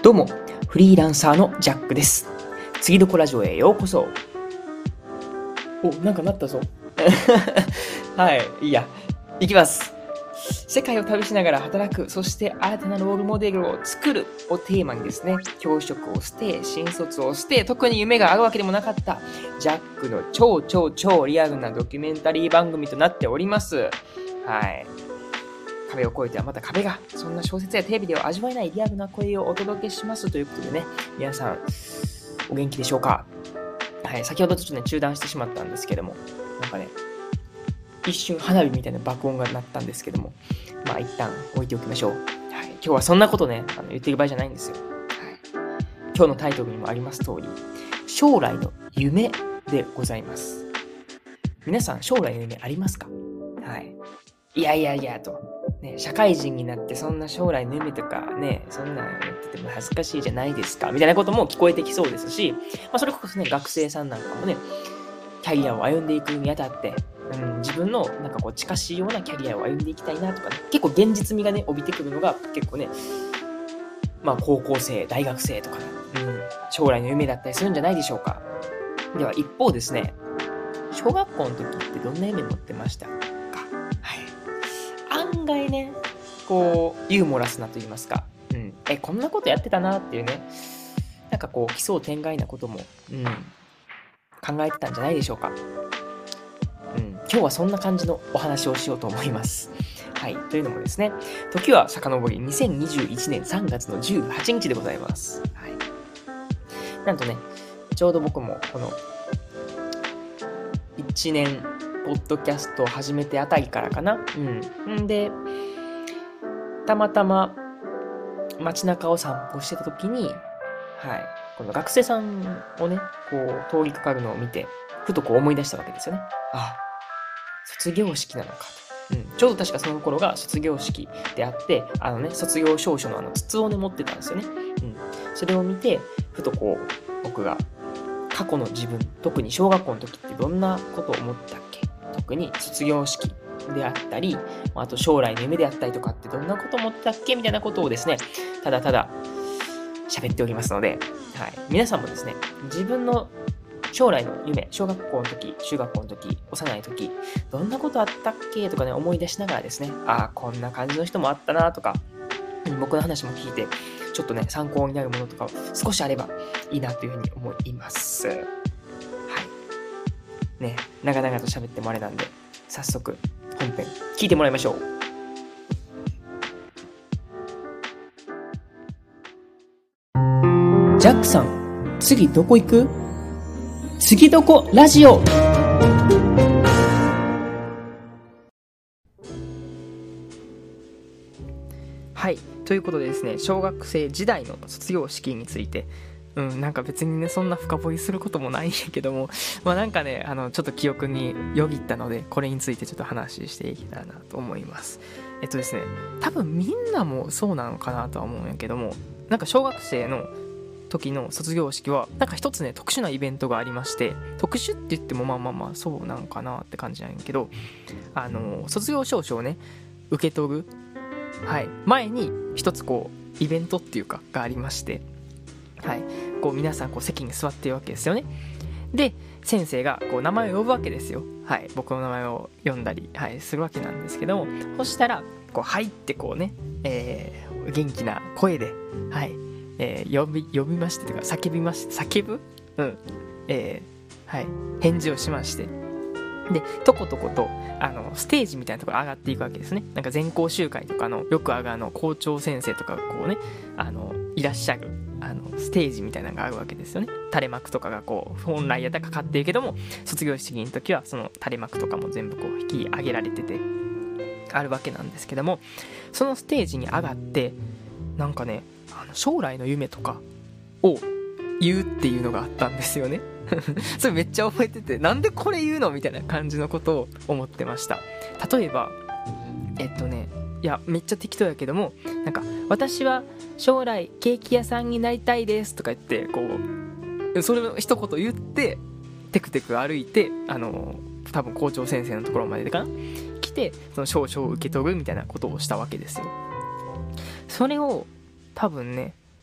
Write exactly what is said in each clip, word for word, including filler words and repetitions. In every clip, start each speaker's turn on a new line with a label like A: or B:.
A: どうも、フリーランサーのジャックです。次どこラジオへようこそ。お、なんかなったぞ。はい、いいや。いきます。世界を旅しながら働く、そして新たなロールモデルを作るをテーマにですね、教職を捨て、新卒を捨て、特に夢があるわけでもなかったジャックの超超超リアルなドキュメンタリー番組となっております。はい。壁を越えてはまた壁が、そんな小説やテレビでは味わえないリアルな声をお届けしますということでね、皆さんお元気でしょうか。はい、先ほどちょっとね中断してしまったんですけども、なんかね一瞬花火みたいな爆音が鳴ったんですけども、まあ一旦置いておきましょう。はい、今日はそんなことねあの言ってる場合じゃないんですよ。はい、今日のタイトルにもあります通り、将来の夢でございます。皆さん将来の夢ありますか？はい。いやいやいやと、ね、社会人になってそんな将来の夢とかね、そんなのやってても恥ずかしいじゃないですかみたいなことも聞こえてきそうですし、まあ、それこそね学生さんなんかもね、キャリアを歩んでいくにあたって、うん、自分のなんかこう近しいようなキャリアを歩んでいきたいなとかね、結構現実味がね帯びてくるのが結構ね、まあ高校生、大学生とか、うん、将来の夢だったりするんじゃないでしょうか。では一方ですね、小学校の時ってどんな夢持ってましたか？はい。案外ね、こうユーモラスなと言いますか、うん、えこんなことやってたなっていうね、なんかこう奇想天外なことも、うん、考えてたんじゃないでしょうか。うん、今日はそんな感じのお話をしようと思います。はい、というのもですね、時は遡りにせんにじゅういちねんさんがつのじゅうはちにちでございます。はい、なんとね、ちょうど僕もこのいちねんポッドキャストを始めてあたりからかな。うん。んで、たまたま街中を散歩してた時に、はい、この学生さんをね、こう通りかかるのを見て、ふとこう思い出したわけですよね。あ、卒業式なのかと。うん、ちょうど確かその頃が卒業式であって、あのね、卒業証書のあの筒をね持ってたんですよね。うん。それを見て、ふとこう、僕が過去の自分、特に小学校の時ってどんなことを思ったっけ？特に卒業式であったり、あと将来の夢であったりとかってどんなこと思ったっけみたいなことをですね、ただただ喋っておりますので、はい、皆さんもですね、自分の将来の夢、小学校の時、中学校の時、幼い時、どんなことあったっけとかね、思い出しながらですね、ああ、こんな感じの人もあったなとか、僕の話も聞いて、ちょっとね、参考になるものとか少しあればいいなというふうに思います。はい。ね、長々と喋ってもあれなんで、早速本編聞いてもらいましょう。ジャックさん、次どこ行く？次どこラジオ。はい、ということでですね、小学生時代の卒業式について、うん、なんか別にねそんな深掘りすることもないんやけども、まあなんかねあのちょっと記憶によぎったので、これについてちょっと話していけたらなと思います。えっとですね、多分みんなもそうなのかなとは思うんやけども、なんか小学生の時の卒業式はなんか一つね特殊なイベントがありまして、特殊って言ってもまあまあまあそうなのかなって感じなんやけど、あの卒業証書をね受け取る、はい、前に一つこうイベントっていうかがありまして、はい、こう皆さんこう席に座っているわけですよね。で先生がこう名前を呼ぶわけですよ。はい、僕の名前を呼んだり、はい、するわけなんですけども、そしたらこう入ってこうね、えー、元気な声で、はい、えー、呼び呼びましてというか叫びまして叫ぶ、うんえーはい、返事をしまして、でとことことあのステージみたいなところ上がっていくわけですね。なんか全校集会とかのよくあるあの校長先生とかがこうねあのいらっしゃるあのステージみたいなのがあるわけですよね。垂れ幕とかがこう本来やったらかかっているけども、卒業式の時はその垂れ幕とかも全部こう引き上げられててあるわけなんですけども、そのステージに上がってなんかねあの将来の夢とかを言うっていうのがあったんですよね。それめっちゃ覚えてて、なんでこれ言うのみたいな感じのことを思ってました。例えばえっとねいやめっちゃ適当やけども、なんか私は将来ケーキ屋さんになりたいですとか言ってこうそれを一言言ってテクテク歩いてあの多分校長先生のところまでかな来て、その証書を受け取るみたいなことをしたわけですよ。それを多分ね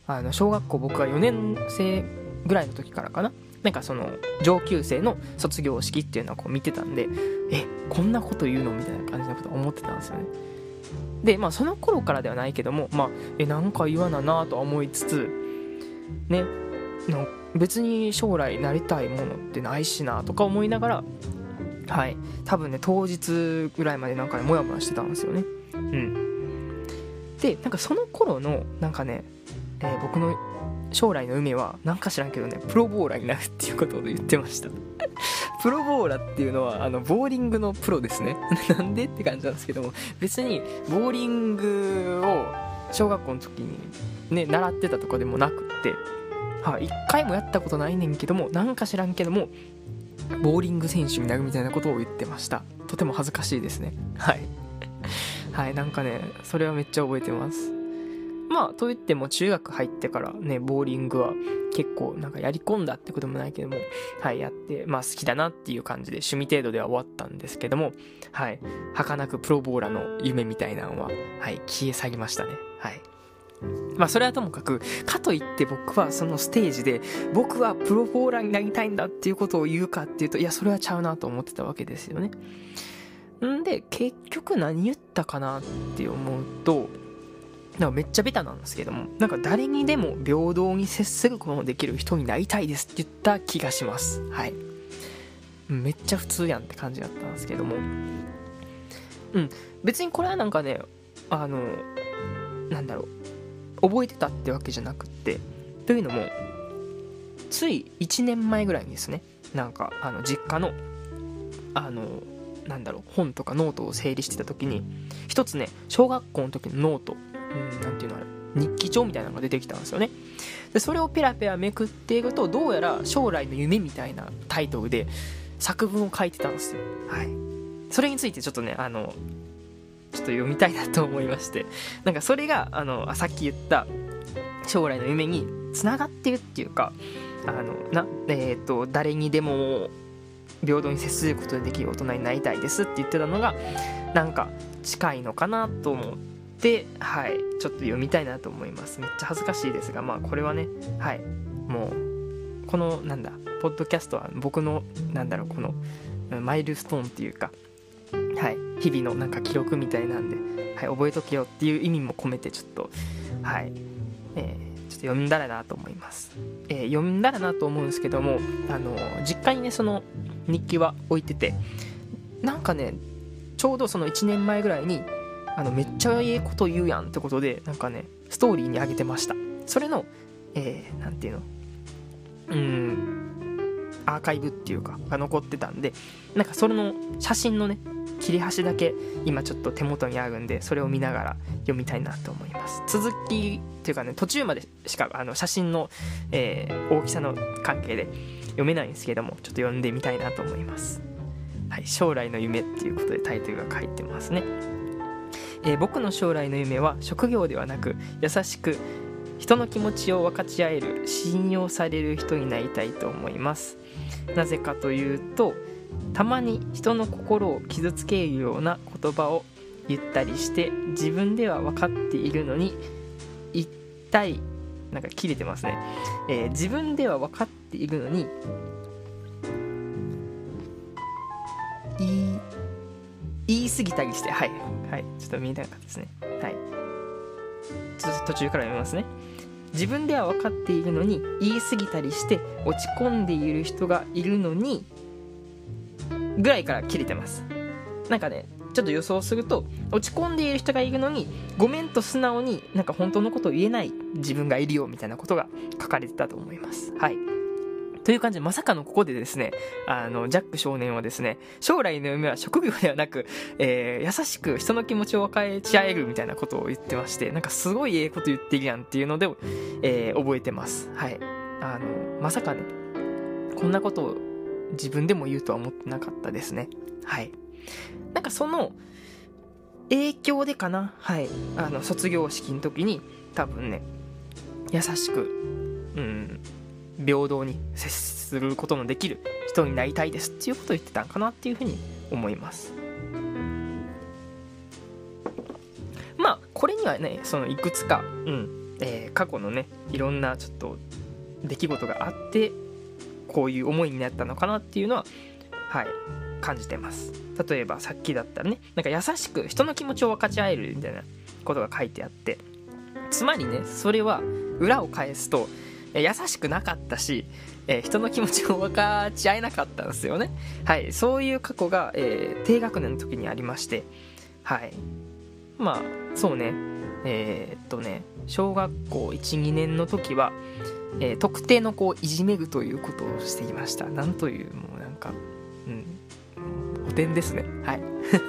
A: あの小学校僕がよねん生ぐらいの時からかな、なんかその上級生の卒業式っていうのをこう見てたんで、えこんなこと言うのみたいな感じのこと思ってたんですよね。でまあその頃からではないけども、まあえなんか言わななとは思いつつね、の別に将来なりたいものってないしなとか思いながら、はい多分ね当日ぐらいまでなんかねモヤモヤしてたんですよね。うんでなんかその頃のなんかね、えー、僕の将来の夢はなんか知らんけどね、プロボーラーになるっていうことを言ってましたプロボーラーっていうのはあのボーリングのプロですねなんでって感じなんですけども、別にボーリングを小学校の時にね習ってたとかでもなくって、はい、一回もやったことないねんけども、なんか知らんけどもボーリング選手になるみたいなことを言ってました。とても恥ずかしいですね。はいはい、なんかねそれはめっちゃ覚えてます。まあといっても中学入ってからねボーリングは結構なんかやり込んだってこともないけども、はいやってまあ好きだなっていう感じで趣味程度では終わったんですけども、はい儚くプロボーラーの夢みたいなのははい消え去りましたね。はいまあそれはともかく、かといって僕はそのステージで僕はプロボーラーになりたいんだっていうことを言うかっていうと、いやそれはちゃうなと思ってたわけですよね。んで結局何言ったかなって思うと、なんかめっちゃベタなんですけども、なんか誰にでも平等に接することのできる人になりたいですって言った気がします。はいめっちゃ普通やんって感じだったんですけども、うん別にこれはなんかねあのなんだろう覚えてたってわけじゃなくって、というのもついいちねんまえぐらいにですね、なんかあの実家のあのなんだろう本とかノートを整理してた時に一つね小学校の時のノート、うん、なんていうのあれ日記帳みたいなのが出てきたんですよね。でそれをペラペラめくっていくと、どうやら将来の夢みたいなタイトルで作文を書いてたんですよ。はいそれについてちょっとねあのちょっと読みたいなと思いまして、なんかそれがあのさっき言った将来の夢につながってるっていうか、あのな、えー、と誰にでも平等に接することができる大人になりたいですって言ってたのがなんか近いのかなと思って、はいちょっと読みたいなと思います。めっちゃ恥ずかしいですが、まあこれはねはいもうこのなんだポッドキャストは僕のなんだろうこのマイルストーンっていうか、はい日々のなんか記録みたいなんで、はい、覚えとけよっていう意味も込めてちょっとはい、えー、ちょっと読んだらなと思います。えー、読んだらなと思うんですけども、あの実家にねその日記は置いてて、なんかねちょうどそのいちねんまえぐらいにあのめっちゃええこと言うやんってことでなんかねストーリーに上げてました。それの、えー、なんていうのうーんアーカイブっていうかが残ってたんで、なんかそれの写真のね切れ端だけ今ちょっと手元にあるんで、それを見ながら読みたいなと思います。続きっていうかね途中までしかあの写真の、えー、大きさの関係で読めないんですけども、ちょっと読んでみたいなと思います。はい、将来の夢っていうことでタイトルが書いてますね。えー、僕の将来の夢は職業ではなく優しく人の気持ちを分かち合える信用される人になりたいと思います。なぜかというと、たまに人の心を傷つけるような言葉を言ったりして自分では分かっているのに一体なんか切れてますね、えー、自分では分かっているのに言い言い過ぎたりしてはいはいちょっと見えなかったですね。はいちょっと途中から読みますね。自分では分かっているのに言い過ぎたりして落ち込んでいる人がいるのにぐらいから切れてます。なんかねちょっと予想すると、落ち込んでいる人がいるのにごめんと素直になんか本当のことを言えない自分がいるよみたいなことが書かれてたと思います。はいという感じで、まさかのここでですねあのジャック少年はですね将来の夢は職業ではなく、えー、優しく人の気持ちを分かち合えるみたいなことを言ってまして、なんかすごいええこと言ってるやんっていうので、えー、覚えてます。はいあのまさかねこんなことを自分でも言うとは思ってなかったですね。はいなんかその影響でかな、はいあの卒業式の時に多分ね優しくうん平等に接することのできる人になりたいですっていうことを言ってたんかなっていうふうに思います。まあこれにはねそのいくつか、うん、
B: えー、過去のねいろんなちょっと出来事があってこういう思いになったのかなっていうのははい感じてます。例えばさっきだったらね、なんか優しく人の気持ちを分かち合えるみたいなことが書いてあって、つまりねそれは裏を返すと優しくなかったし、えー、人の気持ちを分かち合えなかったんですよね。はい、そういう過去が、えー、低学年の時にありまして、はいまあそうねえー、っとね小学校 いち,に 年の時は、えー、特定の子をいじめるということをしていました。なんというもうなんかうんお点ですね。はい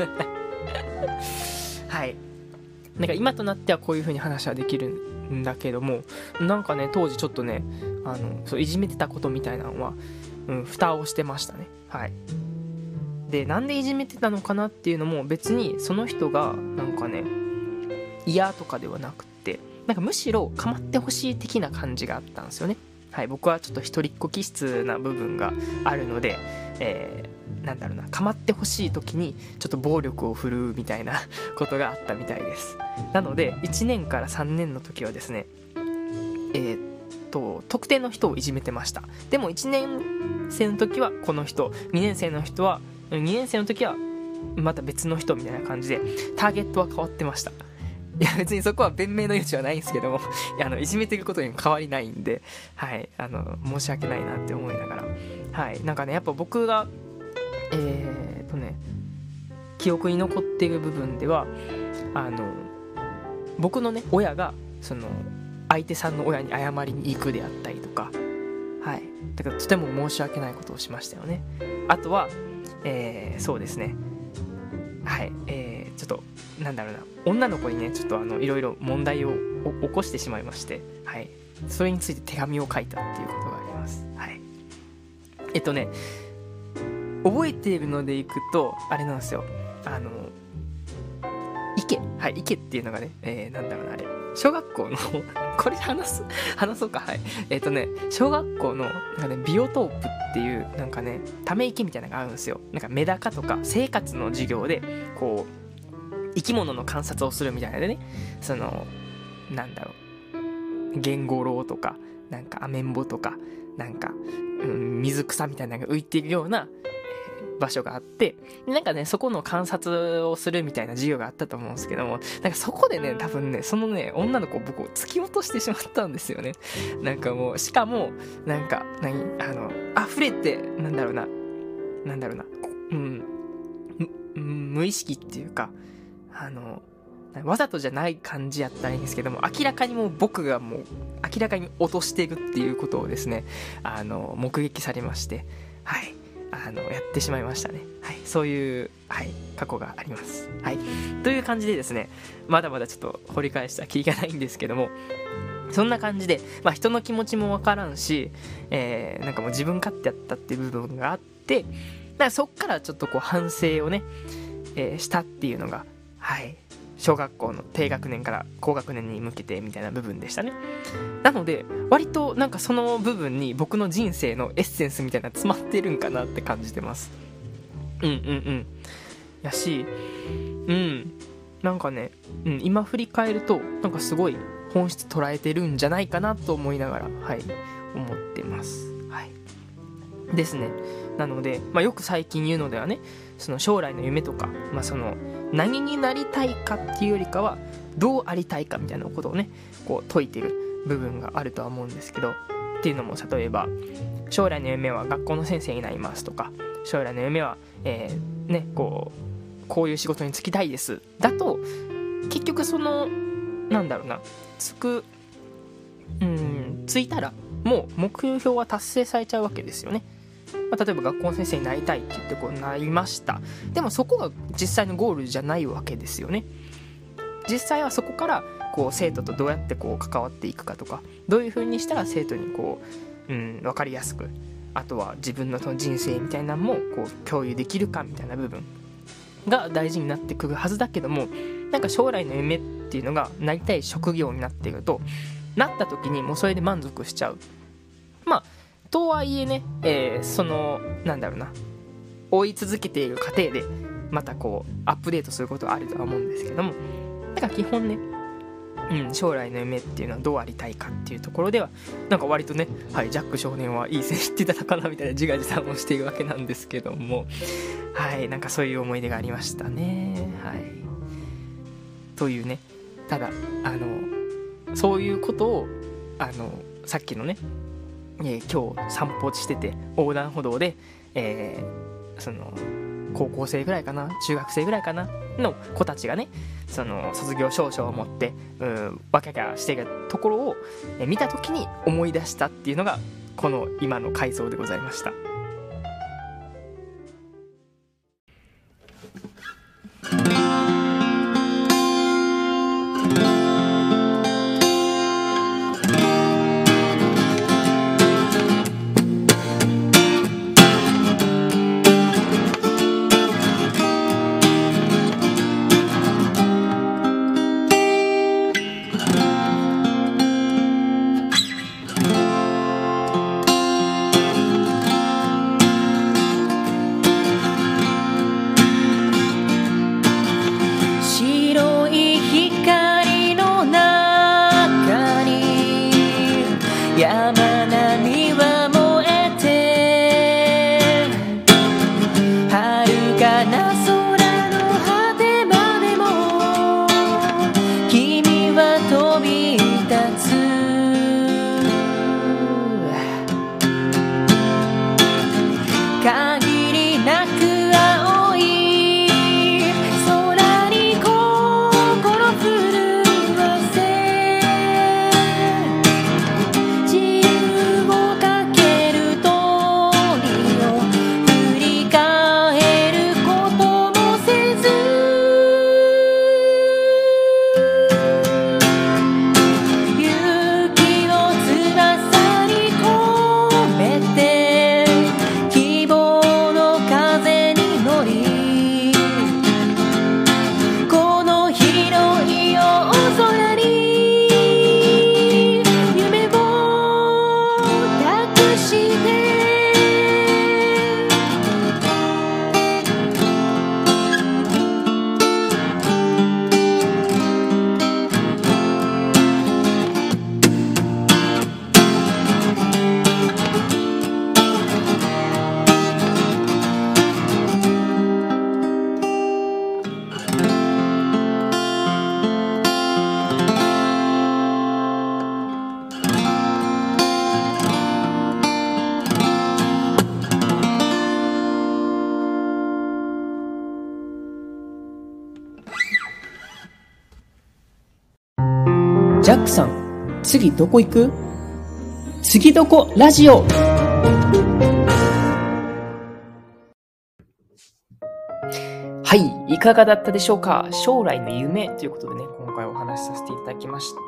B: はいなんか今となってはこういう風に話はできるんだけども、なんかね当時ちょっとねあのそういじめてたことみたいなのは、うん、蓋をしてましたね。はいでなんでいじめてたのかなっていうのも別にその人がなんかね嫌とかではなくってなんかむしろ構ってほしい的な感じがあったんですよね。はい僕はちょっと一人っ子気質な部分があるので、えー、なんだろうな構ってほしい時にちょっと暴力を振るうみたいなことがあったみたいです。なのでいちねんからさんねんの時はですねえー、っと特定の人をいじめてました。でもいちねん生の時はこの人、にねん生の人はにねん生の時はまた別の人みたいな感じでターゲットは変わってました。いや別にそこは弁明の余地はないんですけどもいやあのいじめてることに変わりないんで、はいあの申し訳ないなって思いながら、はいなんかねやっぱ僕がえー、っとね記憶に残っている部分ではあの僕のね親がその相手さんの親に謝りに行くであったりとか、はいだからとても申し訳ないことをしましたよね。あとは、えー、そうですねはいえー、ちょっとなんだろうな女の子にねちょっとあのいろいろ問題を起こしてしまいまして、はいそれについて手紙を書いたっていうことがあります。はいえっとね覚えているのでいくとあれなんですよあの池はい池っていうのがね、えー、なんだろうなあれ小学校のこれ話す話そうかはいえっ、ー、とね小学校のなんかねビオトープっていうなんかねため池みたいなのがあるんですよ。なんかメダカとか生活の授業でこう生き物の観察をするみたいなでねそのなんだろうゲンゴロウとかなんかアメンボとかなんか、うん、水草みたいなのが浮いているような場所があって、なんかねそこの観察をするみたいな授業があったと思うんですけども、なんかそこでね多分ねそのね女の子を僕を突き落としてしまったんですよね。なんかもうしかもなんか何あの溢れてなんだろうななんだろうなうん無意識っていうかあのわざとじゃない感じやったらいいんですけども、明らかにもう僕がもう明らかに落としていくっていうことをですねあの目撃されまして、はいあのやってしまいましたね。はい、そういう、はい、過去があります。はい、という感じでですねまだまだちょっと掘り返した気がないんですけども、そんな感じで、まあ、人の気持ちもわからんし、えー、なんかもう自分勝手やったっていう部分があって、だからそっからちょっとこう反省をね、えー、したっていうのが、はい、小学校の低学年から高学年に向けてみたいな部分でしたね。なので割となんかその部分に僕の人生のエッセンスみたいな詰まってるんかなって感じてます。うんうんうんやしうんなんかね、うん、今振り返るとなんかすごい本質捉えてるんじゃないかなと思いながらはい思ってます。はいですね。なので、まあ、よく最近言うのではねその将来の夢とか、まあ、その何になりたいかっていうよりかはどうありたいかみたいなことをねこう説いてる部分があるとは思うんですけど、っていうのも例えば将来の夢は学校の先生になりますとか将来の夢は、えー、ねこうこういう仕事に就きたいですだと結局そのなんだろうなつくうんついたらもう目標は達成されちゃうわけですよね。まあ、例えば学校の先生になりたいって言ってこうなりました。でもそこが実際のゴールじゃないわけですよね。実際はそこからこう生徒とどうやってこう関わっていくかとかどういう風にしたら生徒にこう、うん、分かりやすくあとは自分のその人生みたいなのもこう共有できるかみたいな部分が大事になってくるはずだけども、なんか将来の夢っていうのがなりたい職業になっているとなった時にもうそれで満足しちゃう。まあとはいえね、えー、そのなんだろうな追い続けている過程でまたこうアップデートすることはあるとは思うんですけども、だから基本ねうん、将来の夢っていうのはどうありたいかっていうところではなんか割とね、はい、ジャック少年はいい線いってたのかなみたいな自画自賛をしているわけなんですけども、はいなんかそういう思い出がありましたね。はいというね、ただあのそういうことをあのさっきのね、えー、今日散歩してて横断歩道で、えー、その高校生ぐらいかな中学生ぐらいかなの子たちがねその卒業証書を持ってうんわきゃきゃしているところを見た時に思い出したっていうのがこの今の回想でございました。
A: ジャックさん、次どこ行く？次どこラジオ。はい、いかがだったでしょうか？将来の夢ということでね、今回お話しさせていただきました。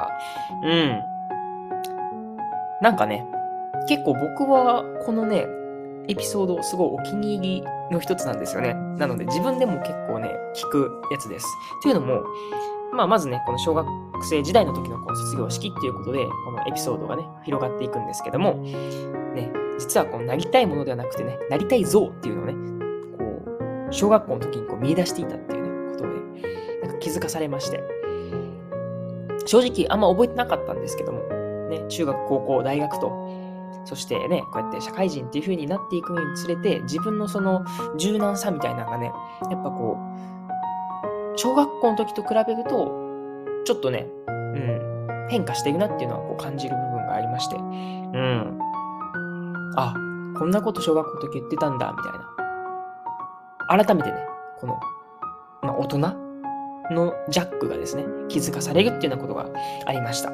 A: うん。なんかね、結構僕はこのね、エピソードすごいお気に入りの一つなんですよね。なので自分でも結構ね、聞くやつです。というのも、まあまずね、この小学生時代の時のこの卒業式っていうことで、このエピソードがね、広がっていくんですけども、ね、実はこのなりたいものではなくてね、なりたい像っていうのをね、こう、小学校の時にこう見出していたっていうね、ことをね、なんか気づかされまして、正直あんま覚えてなかったんですけども、ね、中学、高校、大学と、そしてね、こうやって社会人っていう風になっていくにつれて、自分のその柔軟さみたいなのがね、やっぱこう、小学校の時と比べると、ちょっとね、うん、変化していくなっていうのはこう感じる部分がありまして、うん。あ、こんなこと小学校の時言ってたんだ、みたいな。改めてね、この、まあ、大人のジャックがですね、気づかされるっていうようなことがありました。うん。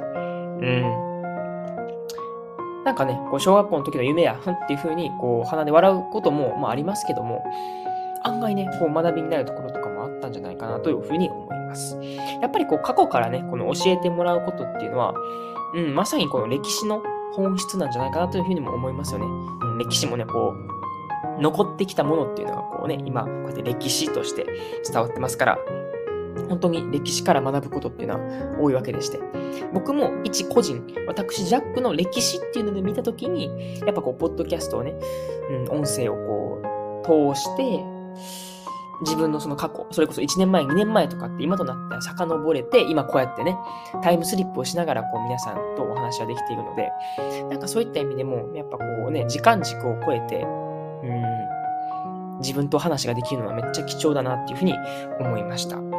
A: なんかね、こう小学校の時の夢や、ふんっていう風に、こう、鼻で笑うことも、まあ、ありますけども、案外ね、こう学びになるところとかもあったんじゃないかなというふうに思います。やっぱりこう過去からね、この教えてもらうことっていうのは、うん、まさにこの歴史の本質なんじゃないかなというふうにも思いますよね。うん、歴史もね、こう、残ってきたものっていうのがこうね、今、こうやって歴史として伝わってますから、本当に歴史から学ぶことっていうのは多いわけでして、僕も一個人、私ジャックの歴史っていうので見たときに、やっぱこう、ポッドキャストをね、うん、音声をこう、通して、 自分のその過去、それこそいちねんまえ、にねんまえとかって今となっては遡れて、今こうやってね、タイムスリップをしながらこう皆さんとお話はできているので、なんかそういった意味でも、やっぱこうね、時間軸を超えて、うん、自分と話ができるのはめっちゃ貴重だなっていうふうに思いました。うん、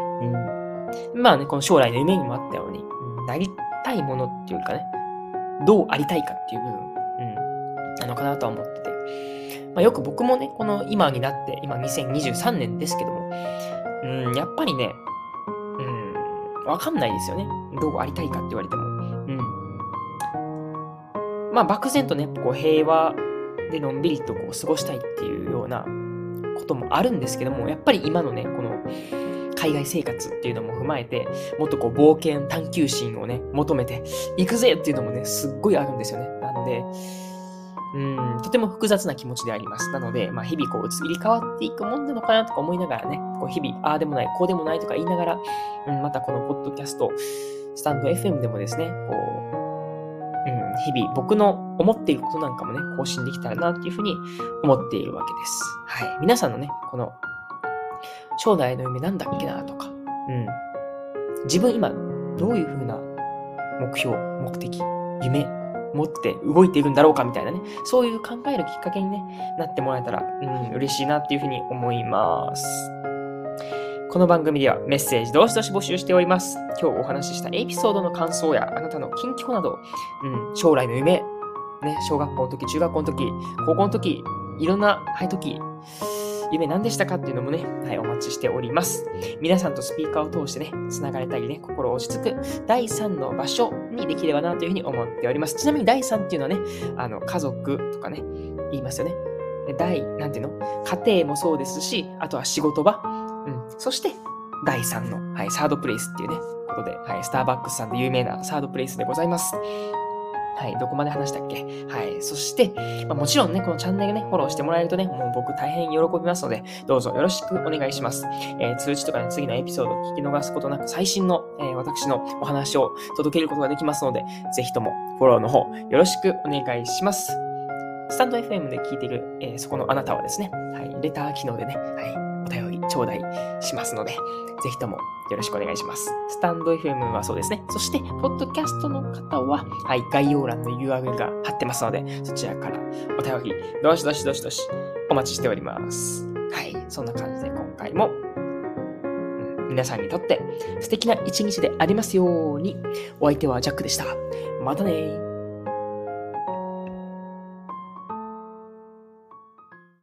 A: まあね、この将来の夢にもあったように、うん、なりたいものっていうかね、どうありたいかっていう部分、うん、なのかなとは思ってて、まあ、よく僕もね、この今になって、今にせんにじゅうさんねんですけども、うん、やっぱりね、うん、わかんないですよね。どうありたいかって言われても。うん。まあ、漠然とね、こう平和でのんびりとこう過ごしたいっていうようなこともあるんですけども、やっぱり今のね、この海外生活っていうのも踏まえて、もっとこう冒険探求心をね、求めていくぜっていうのもね、すっごいあるんですよね。なので、うん、とても複雑な気持ちであります。なので、まあ、日々こう移り変わっていくもんなのかなとか思いながらね、こう日々、ああでもない、こうでもないとか言いながら、うん、またこのポッドキャスト、スタンド エフエム でもですね、こう、うん、日々僕の思っていることなんかもね、更新できたらなっていうふうに思っているわけです。はい。皆さんのね、この、将来の夢なんだっけなとか、うん。自分今、どういうふうな目標、目的、夢、持って動いているんだろうかみたいなね、そういう考えるきっかけに、ね、なってもらえたら、うん、嬉しいなっていうふうに思います。この番組ではメッセージどしどし募集しております。今日お話ししたエピソードの感想やあなたの近況など、うん、将来の夢、ね、小学校の時、中学校の時、高校の時、いろんな、はい、時、夢何でしたかっていうのもね、はい、お待ちしております。皆さんとスピーカーを通してね、つながれたりね、心落ち着くだいさんの場所にできればなというふうに思っております。ちなみにだいさんっていうのはね、あの、家族とかね、言いますよね。第、なんていうの？家庭もそうですし、あとは仕事場。うん。そして、だいさんの、はい、サードプレイスっていうね、ことで、はい、スターバックスさんで有名なサードプレイスでございます。はい、どこまで話したっけ？はい、そして、まあ、もちろんね、このチャンネルね、フォローしてもらえるとね、もう僕大変喜びますので、どうぞよろしくお願いします。えー、通知とかね、次のエピソードを聞き逃すことなく、最新の、えー、私のお話を届けることができますので、ぜひともフォローの方、よろしくお願いします。スタンド エフエム で聞いている、えー、そこのあなたはですね、はい、レター機能でね、はい、お便り頂戴しますので、ぜひともよろしくお願いします。スタンド エフエム はそうですね。そして、ポッドキャストの方は、はい、概要欄の ユーアールエル が貼ってますので、そちらからお便り、どしどしどしどしお待ちしております。はい、そんな感じで今回も、うん、皆さんにとって素敵な一日でありますように。お相手はジャックでした。またねー。